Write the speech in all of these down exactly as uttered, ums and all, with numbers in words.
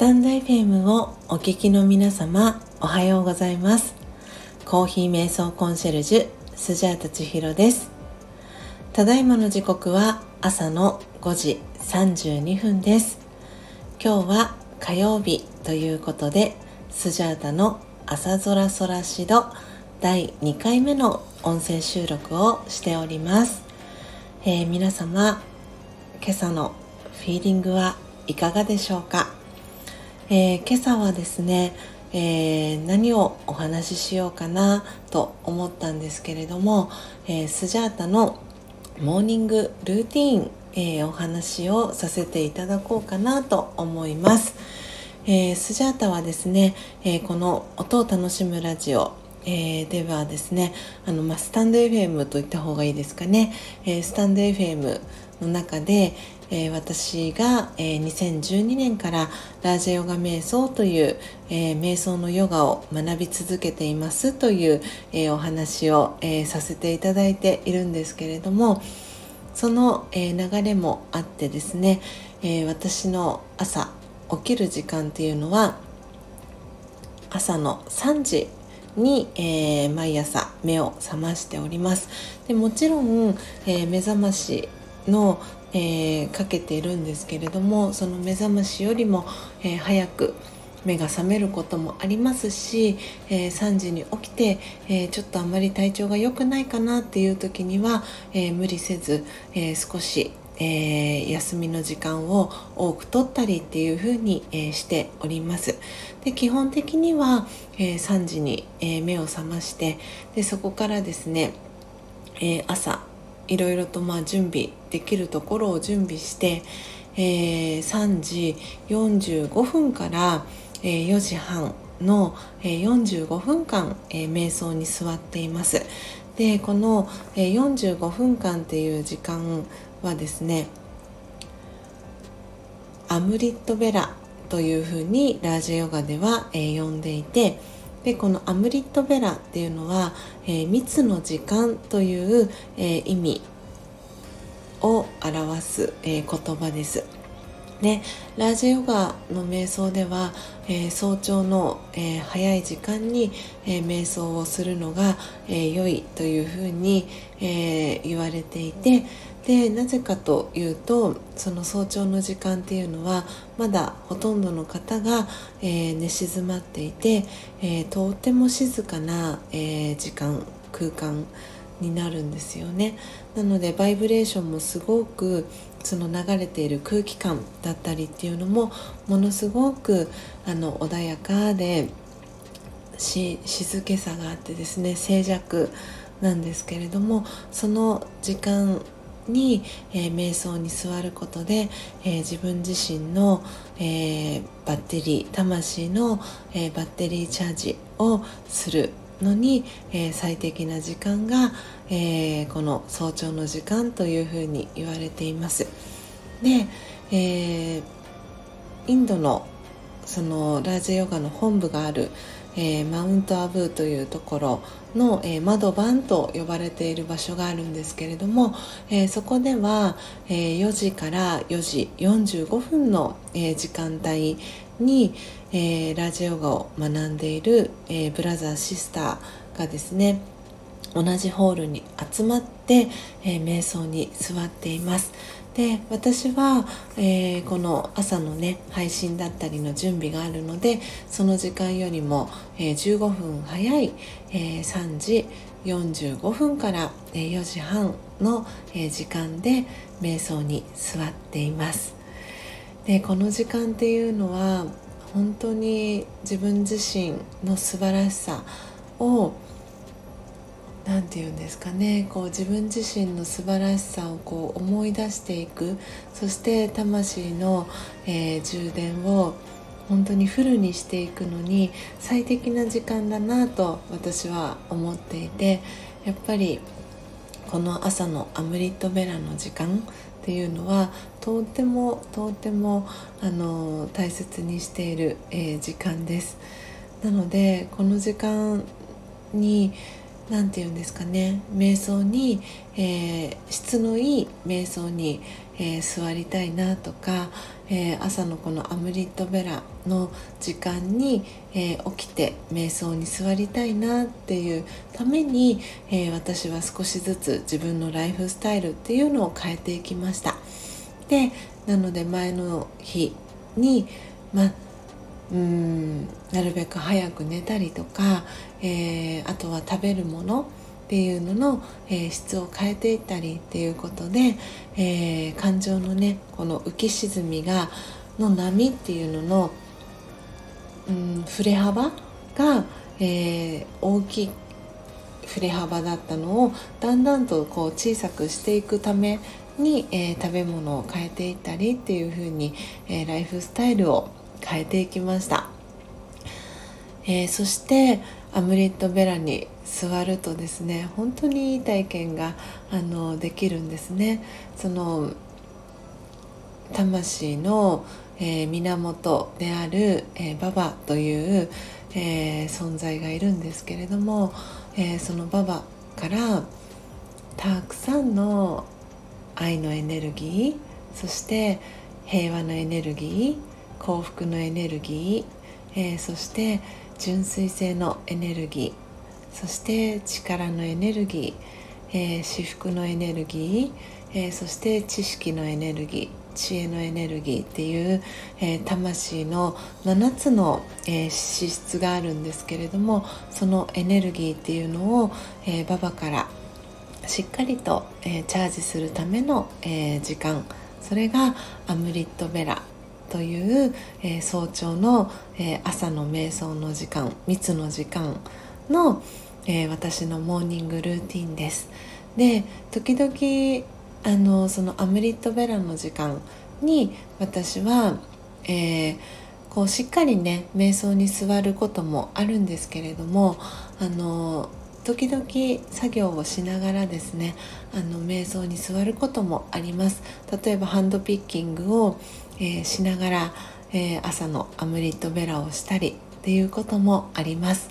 タンド エフエム をお聞きの皆様、おはようございます。コーヒー瞑想コンシェルジュスジャータ千尋です。ただいまの時刻は朝のごじさんじゅうにふんです。今日は火曜日ということで、スジャータの朝空空しどだいにかいめの音声収録をしております。えー、皆様、今朝のフィーリングはいかがでしょうか。えー、今朝はですね、えー、何をお話ししようかなと思ったんですけれども、えー、スジャータのモーニングルーティーン、えー、お話をさせていただこうかなと思います。えー、スジャータはですね、えー、この音を楽しむラジオ、えー、ではですね、あの、まあ、スタンド エフエム と言った方がいいですかね、えー、スタンド エフエム の中で、えー、私が、えー、にせんじゅうにねんからラージャヨガ瞑想という、えー、瞑想のヨガを学び続けていますという、えー、お話を、えー、させていただいているんですけれども、その、えー、流れもあってですね、えー、私の朝起きる時間っていうのは朝のさんじに、えー、毎朝目を覚ましております。でもちろん、えー、目覚ましの、えー、かけているんですけれども、その目覚ましよりも、えー、早く目が覚めることもありますし、えー、さんじに起きて、えー、ちょっとあまり体調が良くないかなっていう時には、えー、無理せず、えー、少しえー、休みの時間を多く取ったりっていう風に、えー、しております。で、基本的には、えー、さんじに、えー、目を覚まして、でそこからですね、えー、朝いろいろとまあ準備できるところを準備して、えー、さんじよんじゅうごふんから、えー、よじはんの、えー、よんじゅうごふんかん、えー、瞑想に座っています。でこの、えー、よんじゅうごふんかんっていう時間はですね、アムリットベラというふうにラージャヨガでは、えー、呼んでいて、でこのアムリットベラっていうのは、えー、密の時間という、えー、意味を表す、えー、言葉です。でラージャヨガの瞑想では、えー、早朝の、えー、早い時間に、えー、瞑想をするのが、えー、良いというふうに、えー、言われていて、でなぜかというと、その早朝の時間っていうのはまだほとんどの方が、えー、寝静まっていて、えー、とても静かな、えー、時間空間になるんですよね。なのでバイブレーションもすごく、その流れている空気感だったりっていうのもものすごくあの穏やかでし静けさがあってですね、静寂なんですけれども、その時間に、えー、瞑想に座ることで、えー、自分自身の、えー、バッテリー魂の、えー、バッテリーチャージをするのに、えー、最適な時間が、えー、この早朝の時間というふうに言われています。で、えー、インドのそのラージャヨガの本部がある、えー、マウントアブーというところの、えー、マドバンと呼ばれている場所があるんですけれども、えー、そこでは、えー、よじからよじよんじゅうごふんの、えー、時間帯に、えー、ラージャヨガを学んでいる、えー、ブラザーシスターがですね、同じホールに集まって、えー、瞑想に座っています。で私は、えー、この朝のね配信だったりの準備があるので、その時間よりも、えー、じゅうごふん早い、えー、さんじよんじゅうごふんから、えー、よじはんの、えー、時間で瞑想に座っています。でこの時間っていうのは本当に自分自身の素晴らしさを、なんていうんですかね、こう自分自身の素晴らしさをこう思い出していく、そして魂の、えー、充電を本当にフルにしていくのに最適な時間だなと私は思っていて、やっぱりこの朝のアムリットベラの時間っていうのはとってもとってもあの大切にしている、えー、時間です。なのでこの時間になんていうんですかね、瞑想に、えー、質のいい瞑想に、ええー、座りたいなとか、えー、朝のこのアムリットベラの時間に、えー、起きて瞑想に座りたいなっていうために、えー、私は少しずつ自分のライフスタイルっていうのを変えていきました。でなので前の日に、まあうーんなるべく早く寝たりとか、えー、あとは食べるものっていうのの、えー、質を変えていったりっていうことで、えー、感情のねこの浮き沈みがの波っていうのの、うん、振れ幅が、えー、大きい振れ幅だったのをだんだんとこう小さくしていくために、えー、食べ物を変えていったりっていう風に、えー、ライフスタイルを変えていきました。えー、そしてアムリットベラに座るとですね、本当にいい体験があのできるんですね。その魂の、えー、源である、えー、ババという、えー、存在がいるんですけれども、えー、そのババからたくさんの愛のエネルギー、そして平和のエネルギー、幸福のエネルギー、えー、そして純粋性のエネルギー、そして力のエネルギー、えー、至福のエネルギー、えー、そして知識のエネルギー、知恵のエネルギーっていう、えー、魂のななつの、えー、資質があるんですけれども、そのエネルギーっていうのを、えー、ババからしっかりと、えー、チャージするための、えー、時間、それがアムリットベラという、えー、早朝の、えー、朝の瞑想の時間、密の時間の、えー、私のモーニングルーティンです。で、時々あのそのアムリットベラの時間に私は、えー、こうしっかりね瞑想に座ることもあるんですけれども、あの時々作業をしながらですね、あの瞑想に座ることもあります。例えばハンドピッキングを、えー、しながら、えー、朝のアムリットベラをしたりっていうこともあります。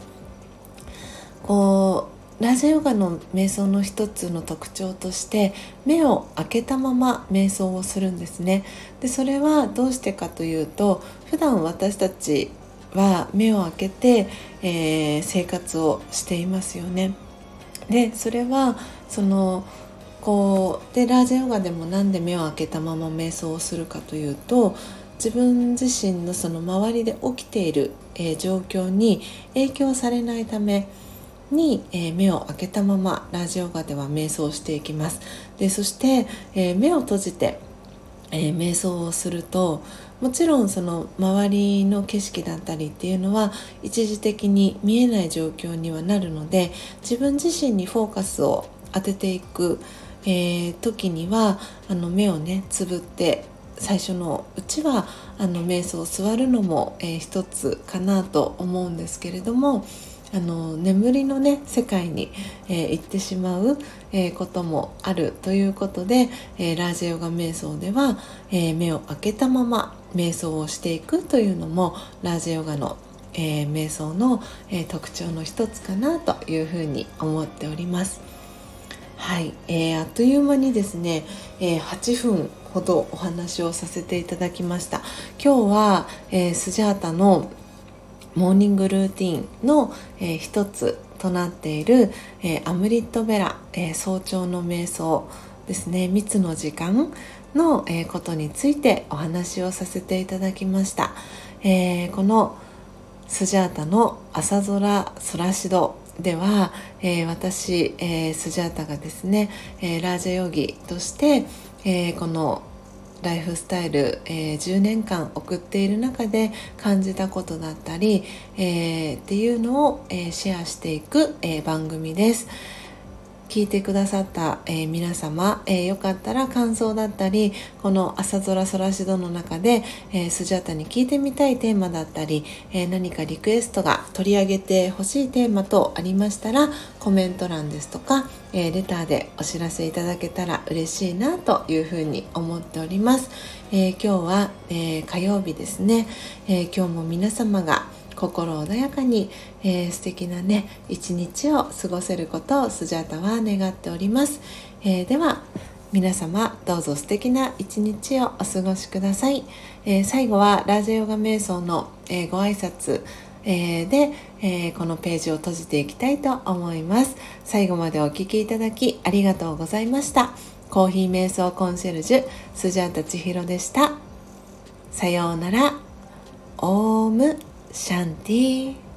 こうラージャヨガの瞑想の一つの特徴として目を開けたまま瞑想をするんですね。でそれはどうしてかというと、普段私たちは目を開けて、えー、生活をしていますよね。でそれはそのこうでラージャヨガでもなんで目を開けたまま瞑想をするかというと、自分自身のその周りで起きている、えー、状況に影響されないために、えー、目を開けたままラージャヨガでは瞑想していきます。でそして、えー、目を閉じて、えー、瞑想をすると、もちろんその周りの景色だったりっていうのは一時的に見えない状況にはなるので、自分自身にフォーカスを当てていく、えー、時にはあの目をねつぶって最初のうちはあの瞑想を座るのも、えー、一つかなと思うんですけれども、あの眠りのね世界に、えー、行ってしまう、えー、こともあるということで、えー、ラージャヨガ瞑想では、えー、目を開けたまま瞑想をしていくというのもラージャヨガの、えー、瞑想の、えー、特徴の一つかなというふうに思っております。はい、えー、あっという間にですね、えー、はっぷんほどお話をさせていただきました。今日は、えー、スジャータのモーニングルーティンの、えー、一つとなっている、えー、アムリットベラ、えー、早朝の瞑想ですね、密の時間の、えー、ことについてお話をさせていただきました。えー、このスジャータの朝空空しどでは、えー、私、えー、スジャータがですね、えー、ラージャヨギとして、えー、このライフスタイル、えー、じゅうねんかん送っている中で感じたことだったり、えー、っていうのを、えー、シェアしていく、えー、番組です。聞いてくださった、えー、皆様、えー、よかったら感想だったり、この朝空空しどの中で、えー、スジャータに聞いてみたいテーマだったり、えー、何かリクエストが取り上げてほしいテーマ等ありましたら、コメント欄ですとか、えー、レターでお知らせいただけたら嬉しいなというふうに思っております。えー、今日は、えー、火曜日ですね。えー、今日も皆様が心穏やかに、えー、素敵なね一日を過ごせることをスジャータは願っております。えー、では皆様どうぞ素敵な一日をお過ごしください。えー、最後はラージャヨガ瞑想の、えー、ご挨拶、えー、で、えー、このページを閉じていきたいと思います。最後までお聞きいただきありがとうございました。コーヒー瞑想コンシェルジュスジャータ千尋でした。さようなら。オームシャンティ。